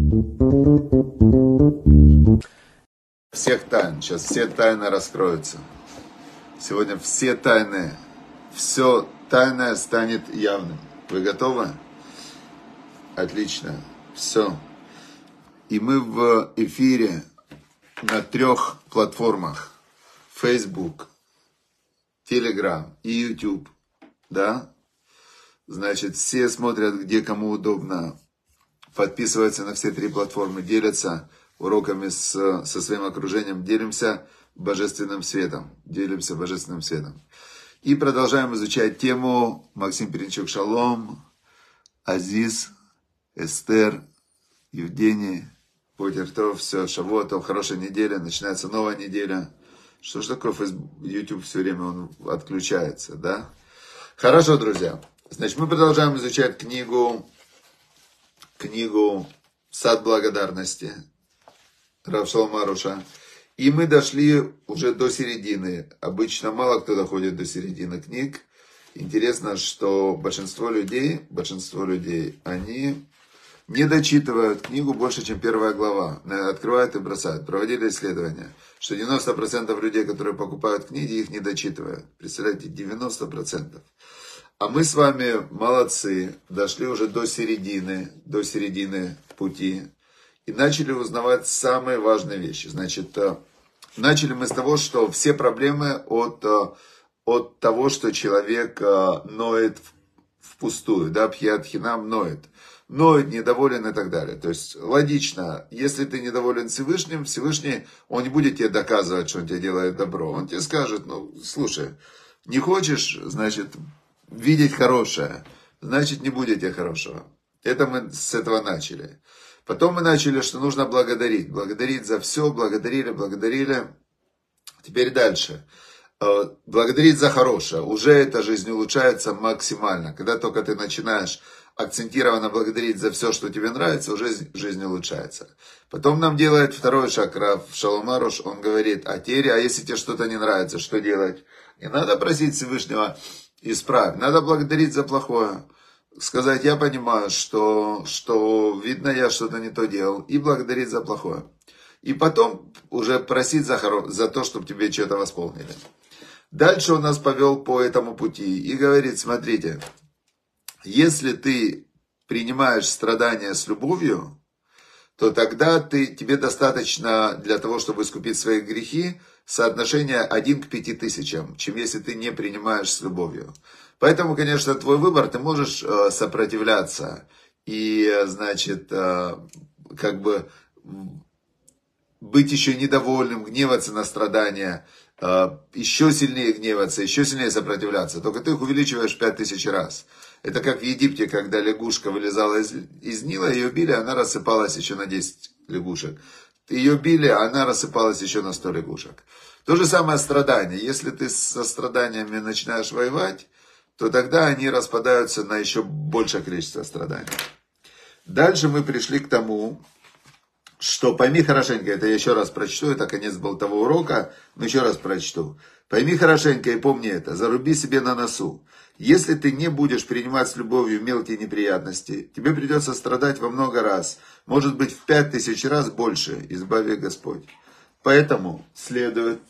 Всех тайн. Сейчас все тайны раскроются. Сегодня все тайны, все тайное станет явным. Вы готовы? Отлично. Все. И мы в эфире на 3 платформах. Facebook, Telegram и YouTube. Да? Значит, все смотрят, где кому удобно. Подписываются на все 3 платформы, делятся уроками со своим окружением, делимся божественным светом. Делимся божественным светом. И продолжаем изучать тему Максим Перенчук, шалом, Азиз, Эстер, Евгений, Потертов, все, Шавуатов, хорошая неделя, начинается новая неделя. Что же такое YouTube все время он отключается, да? Хорошо, друзья. Значит, мы продолжаем изучать книгу «Сад благодарности» Рав Шоломо Аруша. И мы дошли уже до середины. Обычно мало кто доходит до середины книг. Интересно, что большинство людей, они не дочитывают книгу больше, чем 1 глава. Открывают и бросают. Проводили исследования, что 90% людей, которые покупают книги, их не дочитывают. Представляете, 90%. А мы с вами молодцы, дошли уже до середины пути и начали узнавать самые важные вещи. Значит, начали мы с того, что все проблемы от того, что человек ноет впустую, да, пьят хинам, ноет, недоволен и так далее. То есть логично, если ты недоволен Всевышним, Всевышний, он не будет тебе доказывать, что он тебе делает добро. Он тебе скажет, слушай, не хочешь, значит, видеть хорошее, значит, не будет тебе хорошего. Это мы с этого начали. Потом мы начали, что нужно благодарить. Благодарить за все, благодарили. Теперь дальше. Благодарить за хорошее. Уже эта жизнь улучшается максимально. Когда только ты начинаешь акцентированно благодарить за все, что тебе нравится, уже жизнь улучшается. Потом нам делает второй шаг Рав Шоломо Аруш. Он говорит, а если тебе что-то не нравится, что делать? Не надо просить Всевышнего исправь. Надо благодарить за плохое. Сказать, я понимаю, что видно, я что-то не то делал. И благодарить за плохое. И потом уже просить за то, чтобы тебе что-то восполнили. Дальше он нас повел по этому пути. И говорит, смотрите, если ты принимаешь страдания с любовью, то тогда тебе достаточно для того, чтобы искупить свои грехи, соотношение 1 к 5000, чем если ты не принимаешь с любовью. Поэтому, конечно, твой выбор, ты можешь сопротивляться и, значит, как бы быть еще недовольным, гневаться на страдания, еще сильнее гневаться, еще сильнее сопротивляться. Только ты их увеличиваешь 5000 раз. Это как в Египте, когда лягушка вылезала из Нила, ее били, она рассыпалась еще на 10 лягушек. Ее били, она рассыпалась еще на 100 лягушек. То же самое страдание. Если ты со страданиями начинаешь воевать, то тогда они распадаются на еще большее количество страданий. Дальше мы пришли к тому, что пойми хорошенько, это я еще раз прочту, это конец был того урока, но еще раз прочту. Пойми хорошенько и помни это, заруби себе на носу. Если ты не будешь принимать с любовью мелкие неприятности, тебе придется страдать во много раз, может быть в 5000 раз больше, избави Господь. Поэтому следует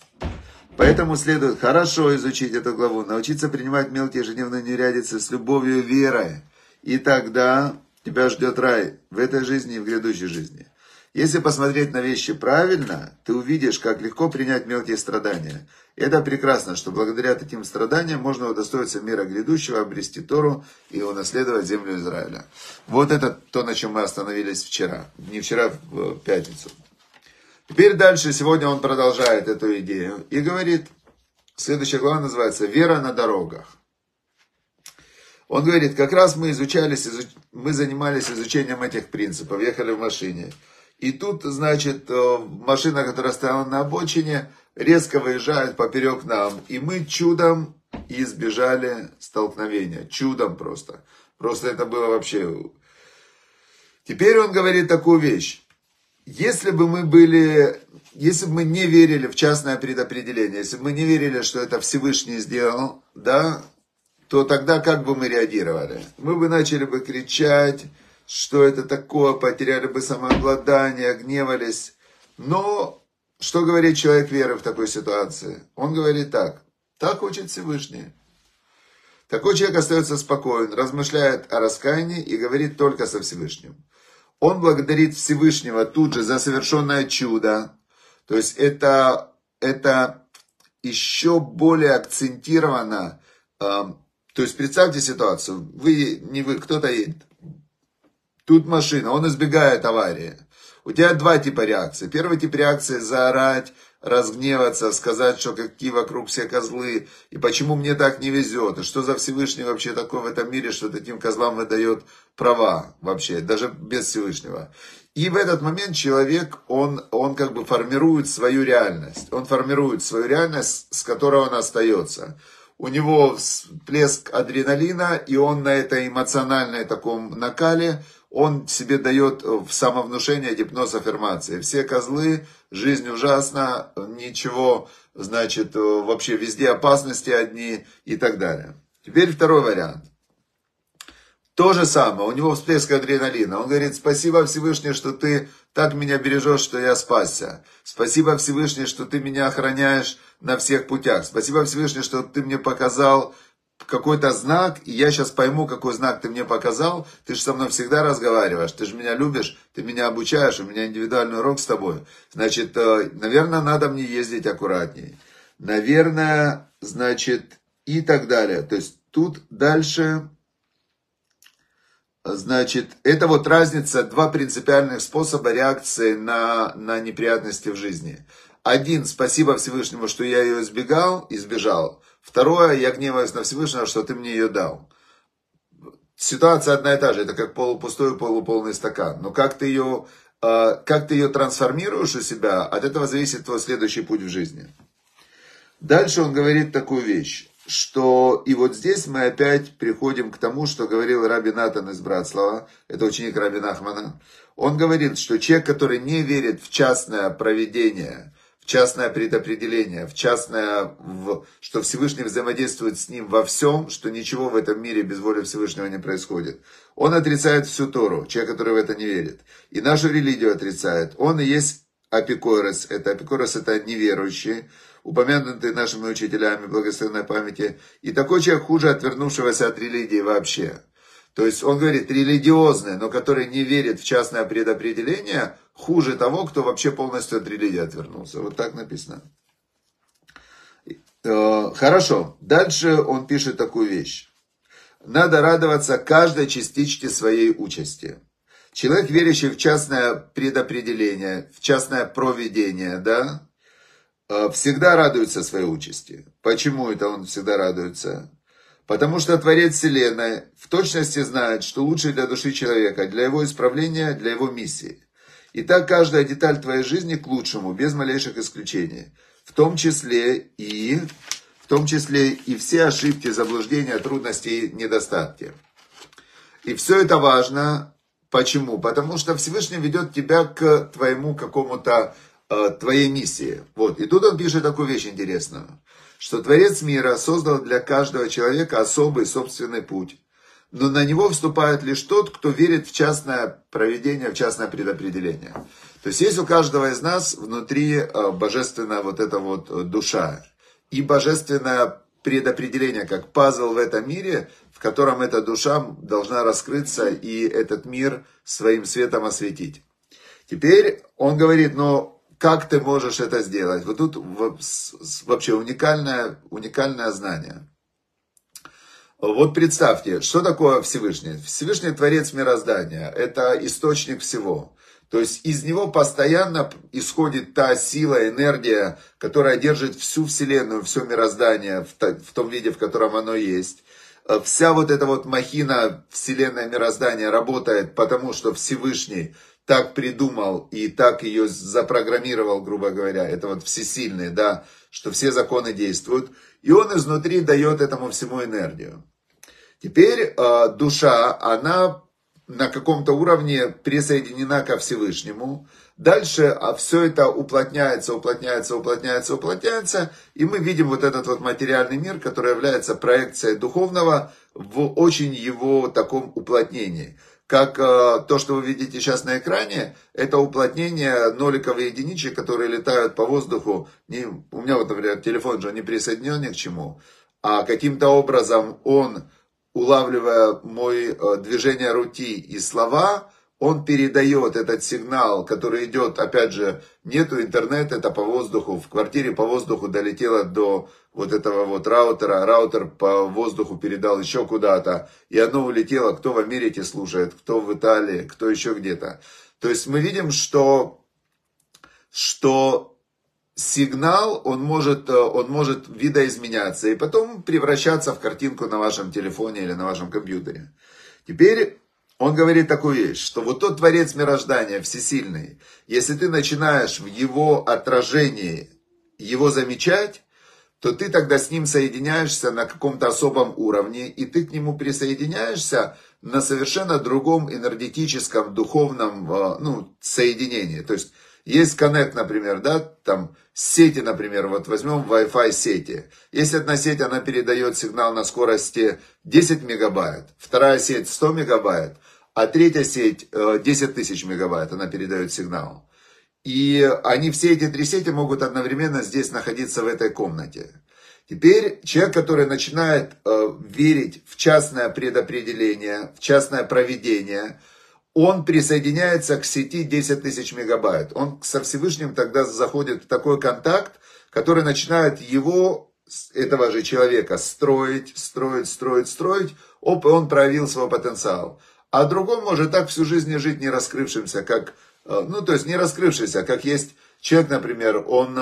хорошо изучить эту главу, научиться принимать мелкие ежедневные неурядицы с любовью и верой. И тогда тебя ждет рай в этой жизни и в грядущей жизни. Если посмотреть на вещи правильно, ты увидишь, как легко принять мелкие страдания. И это прекрасно, что благодаря таким страданиям можно удостоиться мира грядущего, обрести Тору и унаследовать землю Израиля. Вот это то, на чем мы остановились вчера. Не вчера, в пятницу. Теперь дальше, сегодня он продолжает эту идею и говорит, следующая глава называется «Вера на дорогах». Он говорит, как раз мы занимались изучением этих принципов, ехали в машине. И тут, значит, машина, которая стояла на обочине, резко выезжает поперек нам. И мы чудом избежали столкновения. Чудом просто. Просто это было вообще... Теперь он говорит такую вещь. Если бы мы не верили в частное предопределение, если бы мы не верили, что это Всевышний сделал, да, то тогда как бы мы реагировали? Мы бы начали бы кричать, что это такое, потеряли бы самообладание, гневались. Но что говорит человек веры в такой ситуации? Он говорит так хочет Всевышний. Такой человек остается спокоен, размышляет о раскаянии и говорит только со Всевышним. Он благодарит Всевышнего тут же за совершенное чудо. То есть это еще более акцентировано. То есть представьте ситуацию. Кто-то едет. Тут машина, он избегает аварии. У тебя два типа реакций. Первый тип реакции – заорать, разгневаться, сказать, что какие вокруг все козлы, и почему мне так не везет, и что за Всевышний вообще такой в этом мире, что таким козлам выдает права вообще, даже без Всевышнего. И в этот момент человек, он как бы формирует свою реальность. Он формирует свою реальность, с которой он остается. У него всплеск адреналина, и он на этой эмоциональной таком накале, он себе дает в самовнушение гипноз аффирмации. Все козлы, жизнь ужасна, ничего, значит, вообще везде опасности одни и так далее. Теперь второй вариант. То же самое, у него всплеск адреналина. Он говорит: спасибо, Всевышний, что ты так меня бережешь, что я спасся. Спасибо, Всевышний, что ты меня охраняешь на всех путях. Спасибо, Всевышний, что ты мне показал какой-то знак, и я сейчас пойму, какой знак ты мне показал. Ты же со мной всегда разговариваешь, ты же меня любишь, ты меня обучаешь, у меня индивидуальный урок с тобой. Значит, наверное, надо мне ездить аккуратнее. Наверное, значит, и так далее. То есть тут дальше, значит, это вот разница, два принципиальных способа реакции на неприятности в жизни. Один: спасибо Всевышнему, что я ее избежал. Второе: я гневаюсь на Всевышнего, что ты мне ее дал. Ситуация одна и та же, это как полупустой и полуполный стакан. Но как ты ее трансформируешь у себя, от этого зависит твой следующий путь в жизни. Дальше он говорит такую вещь, что и вот здесь мы опять приходим к тому, что говорил Раби Натан из Братслава, это ученик Раби Нахмана. Он говорит, что человек, который не верит в частное провидение, частное предопределение, что Всевышний взаимодействует с ним во всем, что ничего в этом мире без воли Всевышнего не происходит. Он отрицает всю Тору, человек, который в это не верит. И нашу религию отрицает. Он и есть апикорос. Апикорос это неверующий, упомянутый нашими учителями благословенной памяти. И такой человек хуже отвернувшегося от религии вообще. То есть он говорит, религиозный, но который не верит в частное предопределение, хуже того, кто вообще полностью от религии отвернулся. Вот так написано. Хорошо. Дальше он пишет такую вещь. Надо радоваться каждой частичке своей участи. Человек, верящий в частное предопределение, в частное провидение, да, всегда радуется своей участи. Почему это он всегда радуется? Потому что Творец Вселенной в точности знает, что лучше для души человека, для его исправления, для его миссии. И так каждая деталь твоей жизни к лучшему, без малейших исключений. В том числе и все ошибки, заблуждения, трудности, недостатки. И все это важно. Почему? Потому что Всевышний ведет тебя к твоему какому-то, твоей миссии. Вот. И тут он пишет такую вещь интересную. Что Творец мира создал для каждого человека особый собственный путь. Но на него вступает лишь тот, кто верит в частное провидение, в частное предопределение. То есть есть у каждого из нас внутри божественная вот эта вот душа. И божественное предопределение, как пазл в этом мире, в котором эта душа должна раскрыться и этот мир своим светом осветить. Теперь он говорит, но как ты можешь это сделать? Вот тут вообще уникальное знание. Вот представьте, что такое Всевышний? Всевышний Творец мироздания. Это источник всего. То есть из него постоянно исходит та сила, энергия, которая держит всю Вселенную, все мироздание в том виде, в котором оно есть. Вся вот эта вот махина Вселенной мироздания работает, потому что Всевышний так придумал и так ее запрограммировал, грубо говоря. Это вот всесильный, да, что все законы действуют. И он изнутри дает этому всему энергию. Теперь душа, она на каком-то уровне присоединена ко Всевышнему. Дальше все это уплотняется. И мы видим вот этот вот материальный мир, который является проекцией духовного в очень его таком уплотнении. как то, что вы видите сейчас на экране, это уплотнение ноликов и единичек, которые летают по воздуху. У меня вот, например, телефон же не присоединен ни к чему, а каким-то образом он, улавливая мой движение руки и слова, он передает этот сигнал, который идет, опять же, нету интернета, это по воздуху, в квартире по воздуху долетело до вот этого вот раутера, раутер по воздуху передал еще куда-то, и оно улетело, кто в Америке слушает, кто в Италии, кто еще где-то. То есть мы видим, что сигнал, он может видоизменяться и потом превращаться в картинку на вашем телефоне или на вашем компьютере. Теперь он говорит такую вещь, что вот тот Творец мироздания, всесильный, если ты начинаешь в его отражении его замечать, то ты тогда с ним соединяешься на каком-то особом уровне, и ты к нему присоединяешься на совершенно другом энергетическом, духовном, соединении. То есть, есть коннект, например, да, там, сети, например, вот возьмем Wi-Fi сети. Есть одна сеть, она передает сигнал на скорости 10 мегабайт, вторая сеть 100 мегабайт, а третья сеть 10 тысяч мегабайт, она передает сигнал. И они, все эти три сети могут одновременно здесь находиться в этой комнате. Теперь человек, который начинает верить в частное предопределение, в частное провидение, он присоединяется к сети 10 тысяч мегабайт. Он со Всевышним тогда заходит в такой контакт, который начинает его, этого же человека, строить. Оп, и он проявил свой потенциал. А другой может так всю жизнь жить не раскрывшимся, как, то есть не раскрывшийся, как есть человек, например,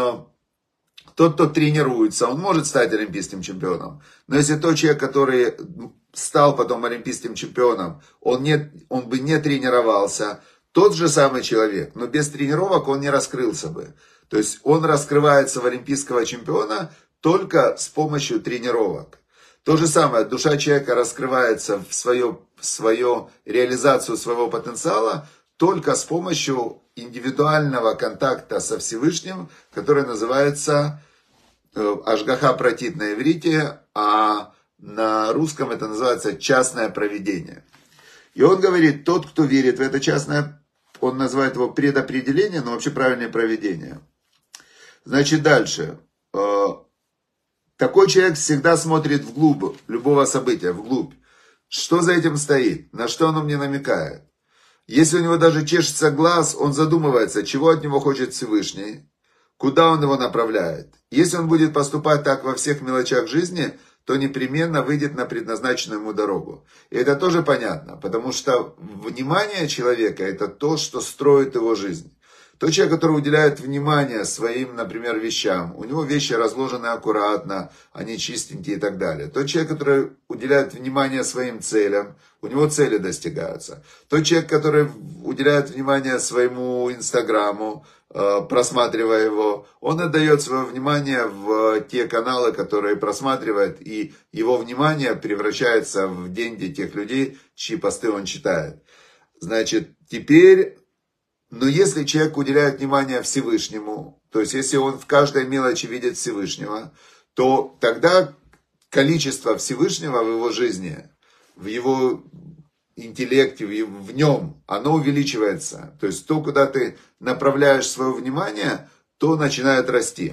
тот, кто тренируется, он может стать олимпийским чемпионом. Но если тот человек, который стал потом олимпийским чемпионом, он бы не тренировался, тот же самый человек, но без тренировок он не раскрылся бы. То есть он раскрывается в олимпийского чемпиона только с помощью тренировок. То же самое, душа человека раскрывается в свою реализацию своего потенциала только с помощью индивидуального контакта со Всевышним, который называется Ашгаха Пратит на иврите, а на русском это называется частное провидение. И он говорит, тот, кто верит в это частное, он называет его предопределение, но вообще правильное провидение. Значит, дальше. Такой человек всегда смотрит вглубь любого события, вглубь. Что за этим стоит? На что оно мне намекает? Если у него даже чешется глаз, он задумывается, чего от него хочет Всевышний, куда он его направляет. Если он будет поступать так во всех мелочах жизни, то непременно выйдет на предназначенную ему дорогу. И это тоже понятно, потому что внимание человека – это то, что строит его жизнь. Тот человек, который уделяет внимание своим, например, вещам, у него вещи разложены аккуратно, они чистенькие и так далее. Тот человек, который уделяет внимание своим целям, у него цели достигаются. Тот человек, который уделяет внимание своему инстаграму, просматривая его, он отдает свое внимание в те каналы, которые просматривает, и его внимание превращается в деньги тех людей, чьи посты он читает. Значит, теперь... Но если человек уделяет внимание Всевышнему, то есть если он в каждой мелочи видит Всевышнего, то тогда количество Всевышнего в его жизни, в его интеллекте, в нем, оно увеличивается. То есть то, куда ты направляешь свое внимание, то начинает расти.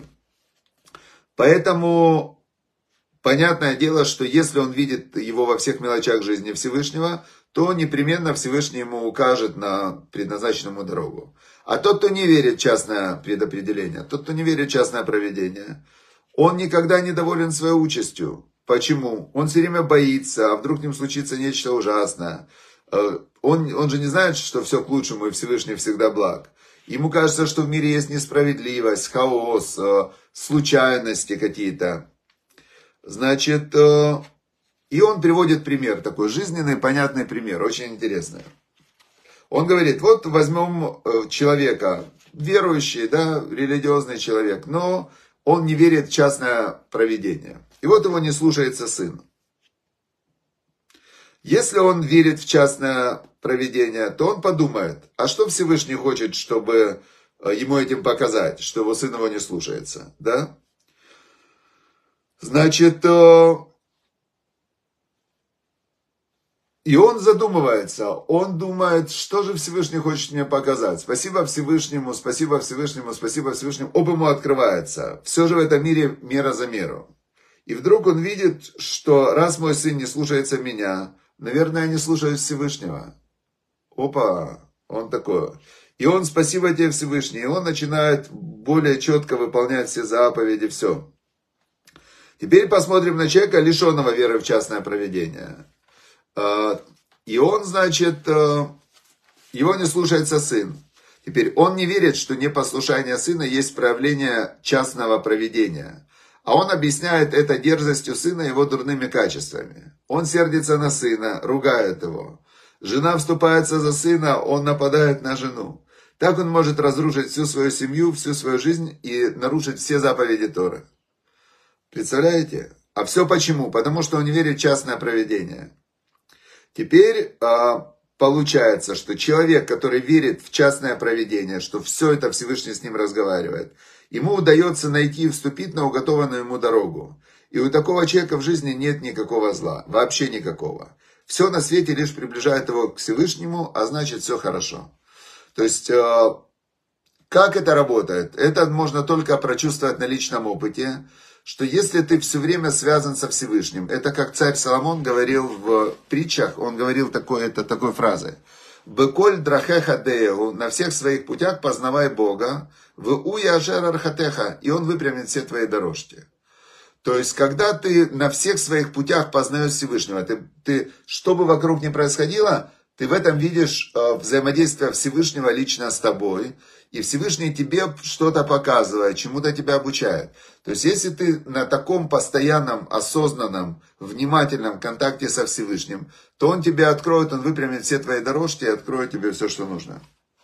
Поэтому понятное дело, что если он видит его во всех мелочах жизни Всевышнего, то непременно Всевышний ему укажет на предназначенную ему дорогу. А тот, кто не верит в частное предопределение, тот, кто не верит в частное провидение, он никогда не доволен своей участью. Почему? Он все время боится, а вдруг с ним случится нечто ужасное. Он же не знает, что все к лучшему, и Всевышний всегда благ. Ему кажется, что в мире есть несправедливость, хаос, случайности какие-то. Значит... И он приводит пример, такой жизненный, понятный пример, очень интересный. Он говорит, вот возьмем человека, верующий, да, религиозный человек, но он не верит в частное провидение. И вот его не слушается сын. Если он верит в частное провидение, то он подумает, а что Всевышний хочет, чтобы ему этим показать, что его сын его не слушается, да? Значит... И он задумывается, он думает, что же Всевышний хочет мне показать. Спасибо Всевышнему, спасибо Всевышнему, спасибо Всевышнему. Оба ему открывается. Все же в этом мире мера за меру. И вдруг он видит, что раз мой сын не слушается меня, наверное, я не слушаюсь Всевышнего. Опа, он такой. И он, спасибо тебе Всевышний, и он начинает более четко выполнять все заповеди, все. Теперь посмотрим на человека, лишенного веры в частное провидение. И он, значит, его не слушается сын. Теперь он не верит, что непослушание сына есть проявление частного провидения. А он объясняет это дерзостью сына и его дурными качествами. Он сердится на сына, ругает его. Жена вступается за сына, он нападает на жену. Так он может разрушить всю свою семью, всю свою жизнь и нарушить все заповеди Торы. Представляете? А все почему? Потому что он не верит в частное провидение. Теперь получается, что человек, который верит в частное провидение, что все это Всевышний с ним разговаривает, ему удается найти и вступить на уготованную ему дорогу. И у такого человека в жизни нет никакого зла, вообще никакого. Все на свете лишь приближает его к Всевышнему, а значит все хорошо. То есть, как это работает? Это можно только прочувствовать на личном опыте, что если ты все время связан со Всевышним, это как царь Соломон говорил в притчах, он говорил такой фразой. «Беколь драхеха дееву, на всех своих путях познавай Бога, в уя ажер архатеха, и он выпрямит все твои дорожки». То есть, когда ты на всех своих путях познаешь Всевышнего, ты что бы вокруг ни происходило, ты в этом видишь взаимодействие Всевышнего лично с тобой, и Всевышний тебе что-то показывает, чему-то тебя обучает. То есть, если ты на таком постоянном, осознанном, внимательном контакте со Всевышним, то он тебе откроет, он выпрямит все твои дорожки и откроет тебе все, что нужно.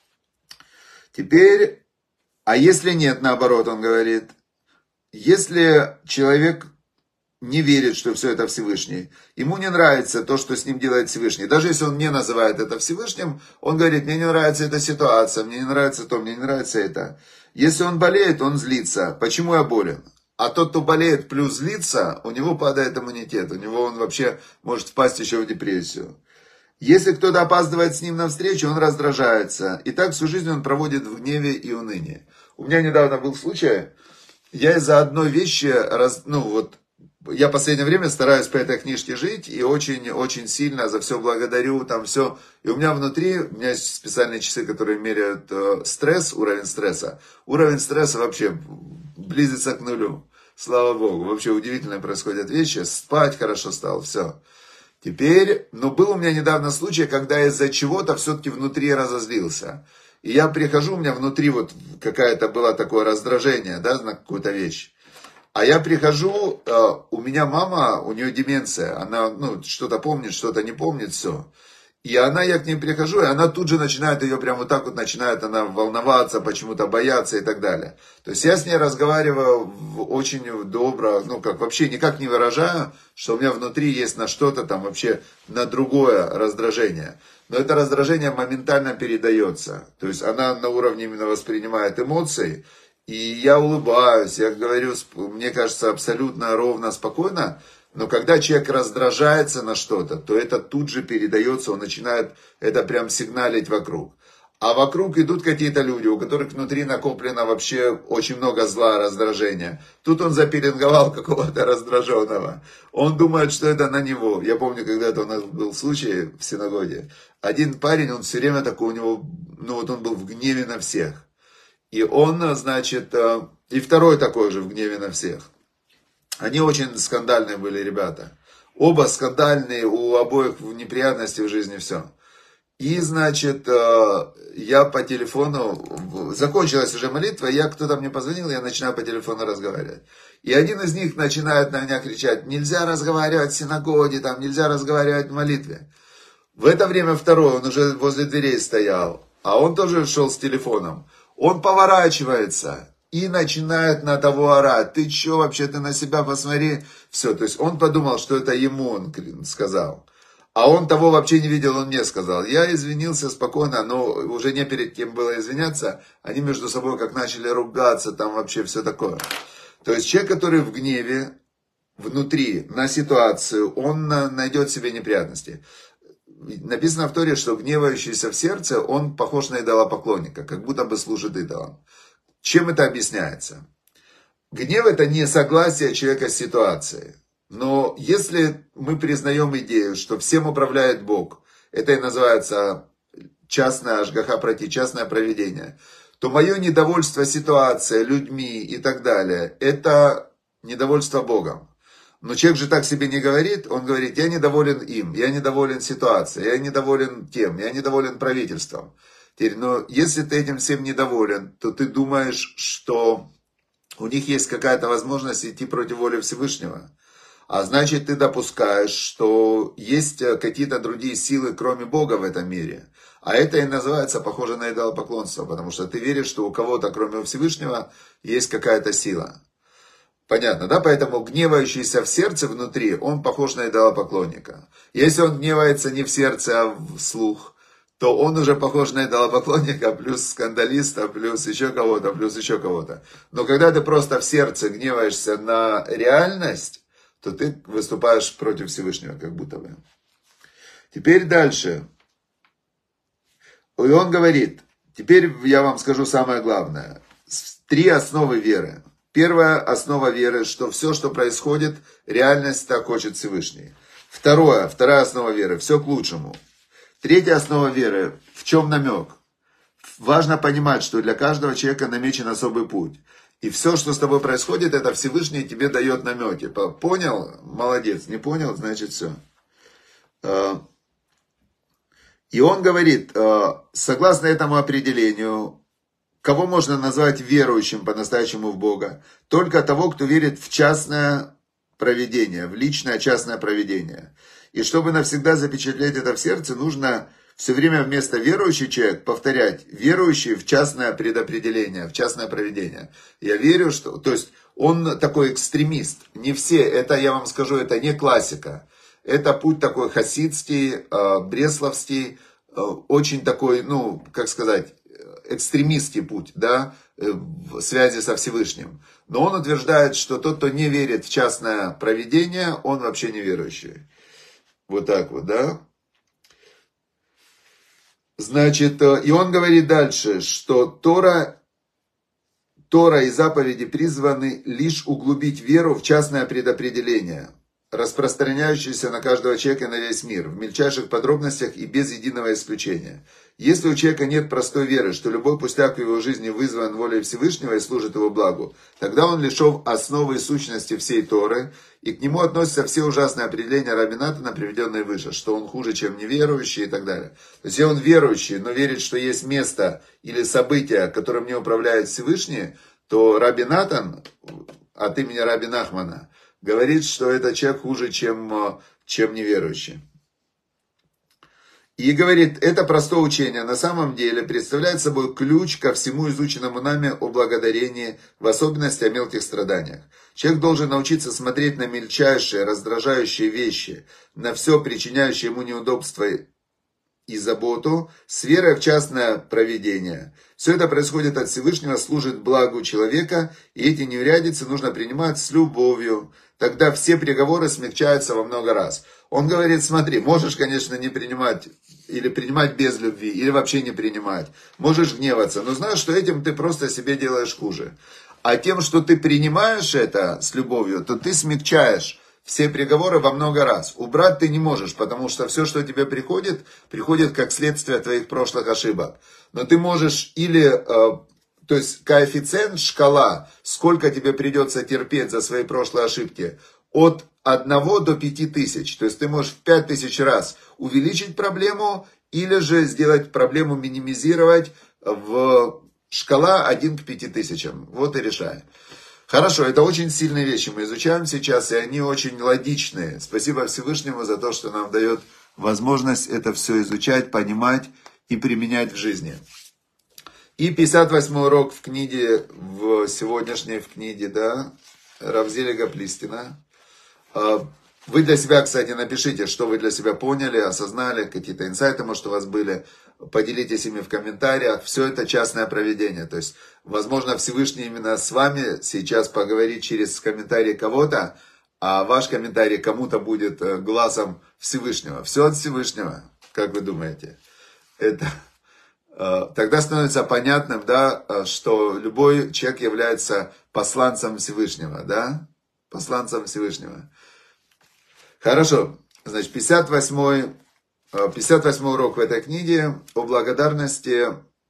Теперь, а если нет, наоборот, он говорит, если человек не верит, что все это Всевышний, ему не нравится то, что с ним делает Всевышний. Даже если он не называет это Всевышним, он говорит, мне не нравится эта ситуация, мне не нравится то, мне не нравится это. Если он болеет, он злится. Почему я болен? А тот, кто болеет плюс злится, у него падает иммунитет, у него он вообще может впасть еще в депрессию. Если кто-то опаздывает с ним навстречу, он раздражается. И так всю жизнь он проводит в гневе и унынии. У меня недавно был случай, я из-за одной вещи, я в последнее время стараюсь по этой книжке жить и очень-очень сильно за все благодарю, там все. И у меня внутри, у меня есть специальные часы, которые меряют стресс, уровень стресса. Уровень стресса вообще близится к нулю. Слава Богу, вообще удивительно происходят вещи. Спать хорошо стало, все. Теперь, был у меня недавно случай, когда я из-за чего-то все-таки внутри разозлился. И я прихожу, у меня внутри вот какая-то было такое раздражение, да, на какую-то вещь. А я прихожу, у меня мама, у нее деменция, она что-то помнит, что-то не помнит, все. И я к ней прихожу, и она тут же начинает, ее прям вот так вот начинает она волноваться, почему-то бояться и так далее. То есть я с ней разговариваю очень добро, вообще никак не выражаю, что у меня внутри есть на что-то там вообще, на другое раздражение. Но это раздражение моментально передается. То есть она на уровне именно воспринимает эмоции. И я улыбаюсь, я говорю, мне кажется, абсолютно ровно, спокойно. Но когда человек раздражается на что-то, то это тут же передается, он начинает это прям сигналить вокруг. А вокруг идут какие-то люди, у которых внутри накоплено вообще очень много зла, раздражения. Тут он запеленговал какого-то раздраженного. Он думает, что это на него. Я помню, когда-то у нас был случай в синагоге. Один парень, он все время такой, у него, он был в гневе на всех. И он, значит, и второй такой же в гневе на всех. Они очень скандальные были ребята. Оба скандальные, у обоих неприятности в жизни, все. И, значит, я по телефону, закончилась уже молитва, кто-то мне позвонил, я начинаю по телефону разговаривать. И один из них начинает на меня кричать, нельзя разговаривать в синагоге, там, нельзя разговаривать в молитве. В это время второй, он уже возле дверей стоял, а он тоже шел с телефоном. Он поворачивается и начинает на того орать. Ты что вообще, ты на себя посмотри. Все, то есть он подумал, что это ему он сказал. А он того вообще не видел, он мне сказал. Я извинился спокойно, но уже не перед кем было извиняться. Они между собой как начали ругаться, там вообще все такое. То есть человек, который в гневе, внутри, на ситуацию, он найдет себе неприятности. написано в Торе, что гневающийся в сердце, он похож на идолопоклонника, как будто бы служит идолам. Чем это объясняется? Гнев – это не согласие человека с ситуацией. Но если мы признаем идею, что всем управляет Бог, это и называется частное ашгаха прати, частное провидение, то мое недовольство ситуацией, людьми и так далее, это недовольство Богом. Но человек же так себе не говорит, он говорит, я недоволен им, я недоволен ситуацией, я недоволен тем, я недоволен правительством. Теперь, но если ты этим всем недоволен, то ты думаешь, что у них есть какая-то возможность идти против воли Всевышнего. А значит, ты допускаешь, что есть какие-то другие силы, кроме Бога в этом мире. А это и называется похоже на идолопоклонство, потому что ты веришь, что у кого-то, кроме Всевышнего, есть какая-то сила. Понятно, да? Поэтому гневающийся в сердце внутри, он похож на идолопоклонника. Если он гневается не в сердце, а вслух, то он уже похож на идолопоклонника, плюс скандалиста, плюс еще кого-то, плюс еще кого-то. Но когда ты просто в сердце гневаешься на реальность, то ты выступаешь против Всевышнего, как будто бы. Теперь дальше. И он говорит, теперь я вам скажу самое главное. 3 основы веры. Первая основа веры, что все, что происходит, реальность так хочет Всевышний. Вторая основа веры, все к лучшему. Третья основа веры, в чем намек? Важно понимать, что для каждого человека намечен особый путь. И все, что с тобой происходит, это Всевышний тебе дает намеки. Понял? Молодец. Не понял? Значит все. И он говорит, согласно этому определению, кого можно назвать верующим по-настоящему в Бога? Только того, кто верит в частное провидение, в личное частное провидение. И чтобы навсегда запечатлеть это в сердце, нужно все время вместо верующий человек повторять верующий в частное предопределение, в частное провидение. Я верю, что... То есть он такой экстремист. Не все, это я вам скажу, это не классика. Это путь такой хасидский, бресловский, очень такой, ну, как сказать, экстремистский путь, да, в связи со Всевышним. Но он утверждает, что тот, кто не верит в частное провидение, он вообще не верующий. Вот так вот, да. Значит, и он говорит дальше, что Тора и заповеди призваны лишь углубить веру в частное предопределение, распространяющееся на каждого человека и на весь мир, в мельчайших подробностях и без единого исключения. Если у человека нет простой веры, что любой пустяк в его жизни вызван волей Всевышнего и служит его благу, тогда он лишен основы и сущности всей Торы, и к нему относятся все ужасные определения Раби Натана, приведенные выше, что он хуже, чем неверующий и так далее. То есть, если он верующий, но верит, что есть место или событие, которым не управляет Всевышний, то Раби Натан, от имени Раби Нахмана, говорит, что этот человек хуже, чем неверующий. И говорит, это простое учение на самом деле представляет собой ключ ко всему изученному нами о благодарении, в особенности о мелких страданиях. Человек должен научиться смотреть на мельчайшие, раздражающие вещи, на все, причиняющее ему неудобства и заботу, с верой в частное провидение. Все это происходит от Всевышнего, служит благу человека, и эти неурядицы нужно принимать с любовью. Тогда все приговоры смягчаются во много раз. Он говорит, смотри, можешь, конечно, не принимать, или принимать без любви, или вообще не принимать. Можешь гневаться, но знаешь, что этим ты просто себе делаешь хуже. А тем, что ты принимаешь это с любовью, то ты смягчаешь все приговоры во много раз. Убрать ты не можешь, потому что все, что тебе приходит как следствие твоих прошлых ошибок. Но ты можешь или... То есть коэффициент, шкала, сколько тебе придется терпеть за свои прошлые ошибки, от 1 до 5000. То есть ты можешь в 5000 раз увеличить проблему, или же сделать проблему, минимизировать в шкала 1 к 5000. Вот и решай. Хорошо, это очень сильные вещи мы изучаем сейчас, и они очень логичные. Спасибо Всевышнему за то, что нам дает возможность это все изучать, понимать и применять в жизни. И 58-й урок в книге, в сегодняшней в книге, да, Рав Зелега Плистина. Вы для себя, кстати, напишите, что вы для себя поняли, осознали, какие-то инсайты, может, у вас были. Поделитесь ими в комментариях. Все это частное провидение. То есть, возможно, Всевышний именно с вами сейчас поговорит через комментарий кого-то, а ваш комментарий кому-то будет глазом Всевышнего. Все от Всевышнего. Как вы думаете? Это... Тогда становится понятным, да, что любой человек является посланцем Всевышнего, да? Посланцем Всевышнего. Хорошо. Значит, 58-й урок в этой книге о благодарности.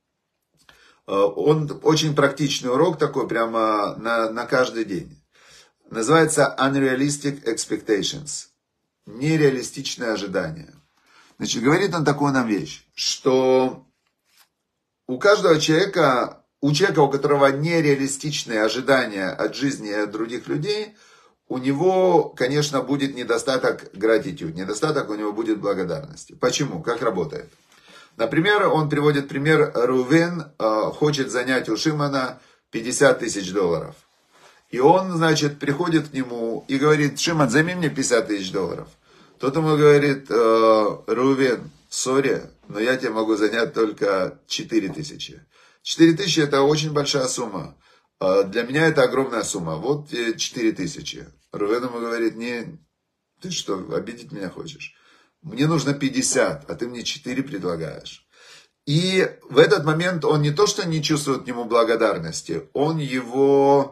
Он очень практичный урок такой, прямо на каждый день. Называется Unrealistic Expectations. Нереалистичные ожидания. Значит, говорит он такую нам вещь, что у каждого человека, у которого нереалистичные ожидания от жизни и от других людей, у него, конечно, будет недостаток gratitude, недостаток у него будет благодарности. Почему? Как работает? Например, он приводит пример, Рувен хочет занять у Шимона $50 000. И он, значит, приходит к нему и говорит: Шимон, займи мне $50 000. Тот ему говорит: Рувен, сори, но я тебе могу занять только 4000. 4000 это очень большая сумма. Для меня это огромная сумма. Вот 4000. Рувен ему говорит: не, ты что, обидеть меня хочешь? Мне нужно 50, а ты мне 4 предлагаешь. И в этот момент он не то что не чувствует к нему благодарности, он его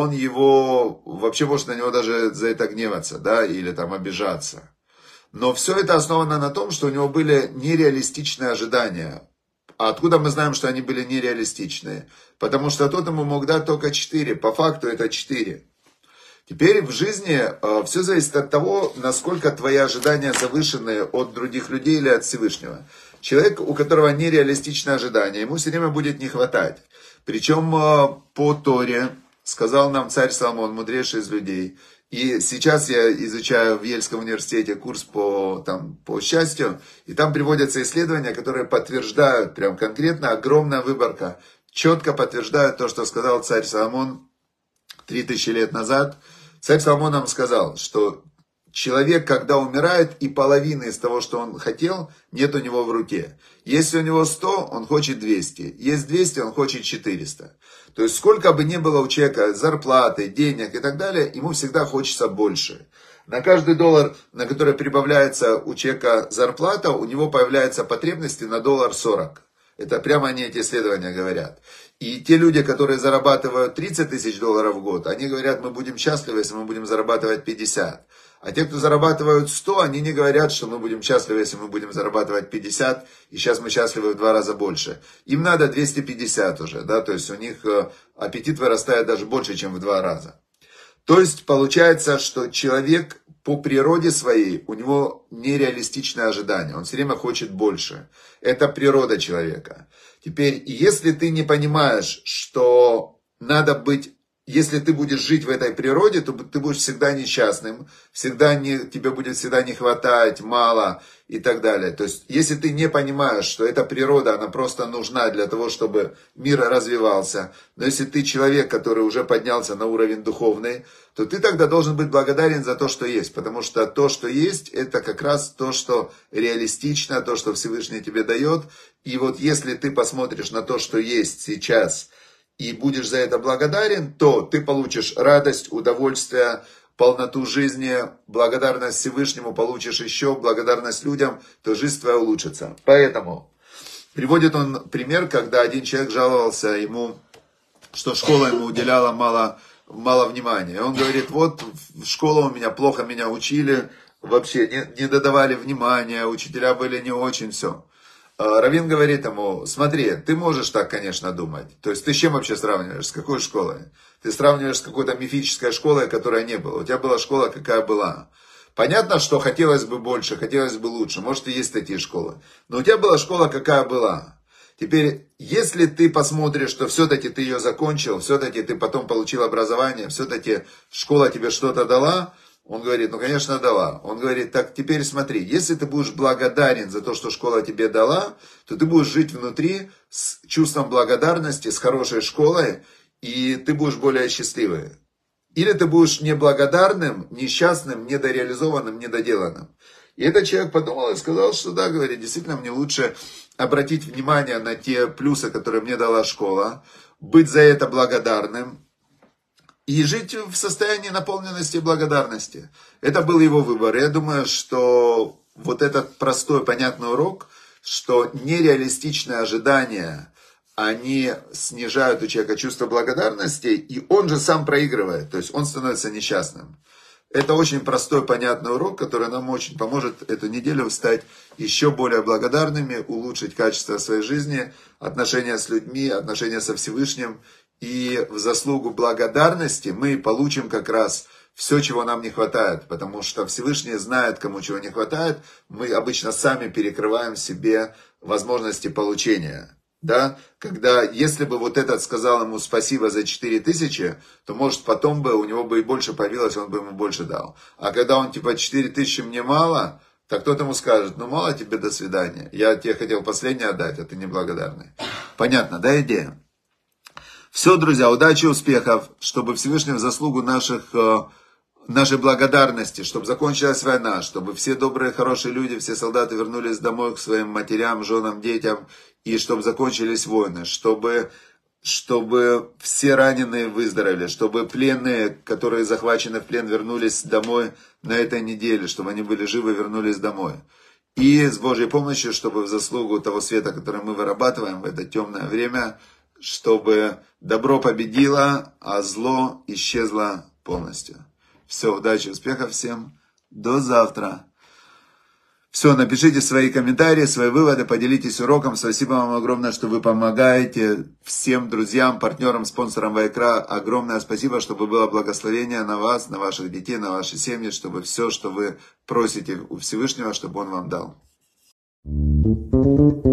вообще может на него даже за это гневаться, да, или там обижаться. Но все это основано на том, что у него были нереалистичные ожидания. А откуда мы знаем, что они были нереалистичные? Потому что тот ему мог дать только 4. По факту это 4. Теперь в жизни все зависит от того, насколько твои ожидания завышены от других людей или от Всевышнего. Человек, у которого нереалистичные ожидания, ему все время будет не хватать. Причем по Торе сказал нам царь Соломон, мудрейший из людей. И сейчас я изучаю в Ельском университете курс по счастью, и там приводятся исследования, которые подтверждают, прям конкретно, огромная выборка, четко подтверждают то, что сказал царь Соломон 3000 лет назад. Царь Соломон нам сказал, что человек, когда умирает, и половины из того, что он хотел, нет у него в руке. Если у него 100, он хочет 200. Есть 200, он хочет 400. То есть, сколько бы ни было у человека зарплаты, денег и так далее, ему всегда хочется больше. На каждый доллар, на который прибавляется у человека зарплата, у него появляется потребности на $1.40. Это прямо они, эти исследования говорят. И те люди, которые зарабатывают $30 000 в год, они говорят: мы будем счастливы, если мы будем зарабатывать 50. А те, кто зарабатывают 100, они не говорят, что мы будем счастливы, если мы будем зарабатывать 50, и сейчас мы счастливы в 2 раза больше. Им надо 250 уже, да, то есть у них аппетит вырастает даже больше, чем в 2 раза. То есть получается, что человек по природе своей, у него нереалистичное ожидание, он все время хочет больше. Это природа человека. Теперь, если ты не понимаешь, что надо быть... Если ты будешь жить в этой природе, то ты будешь всегда несчастным, тебе будет всегда не хватать, мало и так далее. То есть, если ты не понимаешь, что эта природа, она просто нужна для того, чтобы мир развивался, но если ты человек, который уже поднялся на уровень духовный, то ты тогда должен быть благодарен за то, что есть. Потому что то, что есть, это как раз то, что реалистично, то, что Всевышний тебе дает. И вот если ты посмотришь на то, что есть сейчас, и будешь за это благодарен, то ты получишь радость, удовольствие, полноту жизни, благодарность Всевышнему получишь еще, благодарность людям, то жизнь твоя улучшится. Поэтому приводит он пример, когда один человек жаловался ему, что школа ему уделяла мало внимания. Он говорит: вот школа у меня, плохо меня учили, вообще не додавали внимания, учителя были не очень, все. Раввин говорит ему: смотри, ты можешь так, конечно, думать. То есть ты с чем вообще сравниваешь? С какой школой? Ты сравниваешь с какой-то мифической школой, которой не было. У тебя была школа, какая была. Понятно, что хотелось бы больше, хотелось бы лучше. Может, и есть такие школы. Но у тебя была школа, какая была. Теперь, если ты посмотришь, что все-таки ты ее закончил, все-таки ты потом получил образование, все-таки школа тебе что-то дала, он говорит: ну, конечно, дала. Он говорит: так, теперь смотри, если ты будешь благодарен за то, что школа тебе дала, то ты будешь жить внутри с чувством благодарности, с хорошей школой, и ты будешь более счастливый. Или ты будешь неблагодарным, несчастным, недореализованным, недоделанным. И этот человек подумал и сказал, что да, говорит, действительно, мне лучше обратить внимание на те плюсы, которые мне дала школа, быть за это благодарным, и жить в состоянии наполненности и благодарности. Это был его выбор. Я думаю, что вот этот простой, понятный урок, что нереалистичные ожидания, они снижают у человека чувство благодарности, и он же сам проигрывает, то есть он становится несчастным. Это очень простой, понятный урок, который нам очень поможет эту неделю стать еще более благодарными, улучшить качество своей жизни, отношения с людьми, отношения со Всевышним. И в заслугу благодарности мы получим как раз все, чего нам не хватает, потому что Всевышний знает, кому чего не хватает. Мы обычно сами перекрываем себе возможности получения. Да, когда, если бы вот этот сказал ему спасибо за 4000, то может потом бы у него бы и больше появилось, он бы ему больше дал. А когда он типа 4000 мне мало, так кто-то ему скажет, ну мало тебе, до свидания. Я тебе хотел последнее отдать, а ты неблагодарный. Понятно, да, идея? Все, друзья, удачи, успехов, чтобы Всевышний в заслугу нашей благодарности, чтобы закончилась война, чтобы все добрые, хорошие люди, все солдаты вернулись домой к своим матерям, женам, детям, и чтобы закончились войны, чтобы все раненые выздоровели, чтобы пленные, которые захвачены в плен, вернулись домой на этой неделе, чтобы они были живы, вернулись домой. И с Божьей помощью, чтобы в заслугу того света, который мы вырабатываем в это темное время, чтобы добро победило, а зло исчезло полностью. Все, удачи, успехов всем. До завтра. Все, напишите свои комментарии, свои выводы, поделитесь уроком. Спасибо вам огромное, что вы помогаете всем друзьям, партнерам, спонсорам Вайкра. Огромное спасибо, чтобы было благословение на вас, на ваших детей, на ваши семьи, чтобы все, что вы просите у Всевышнего, чтобы Он вам дал.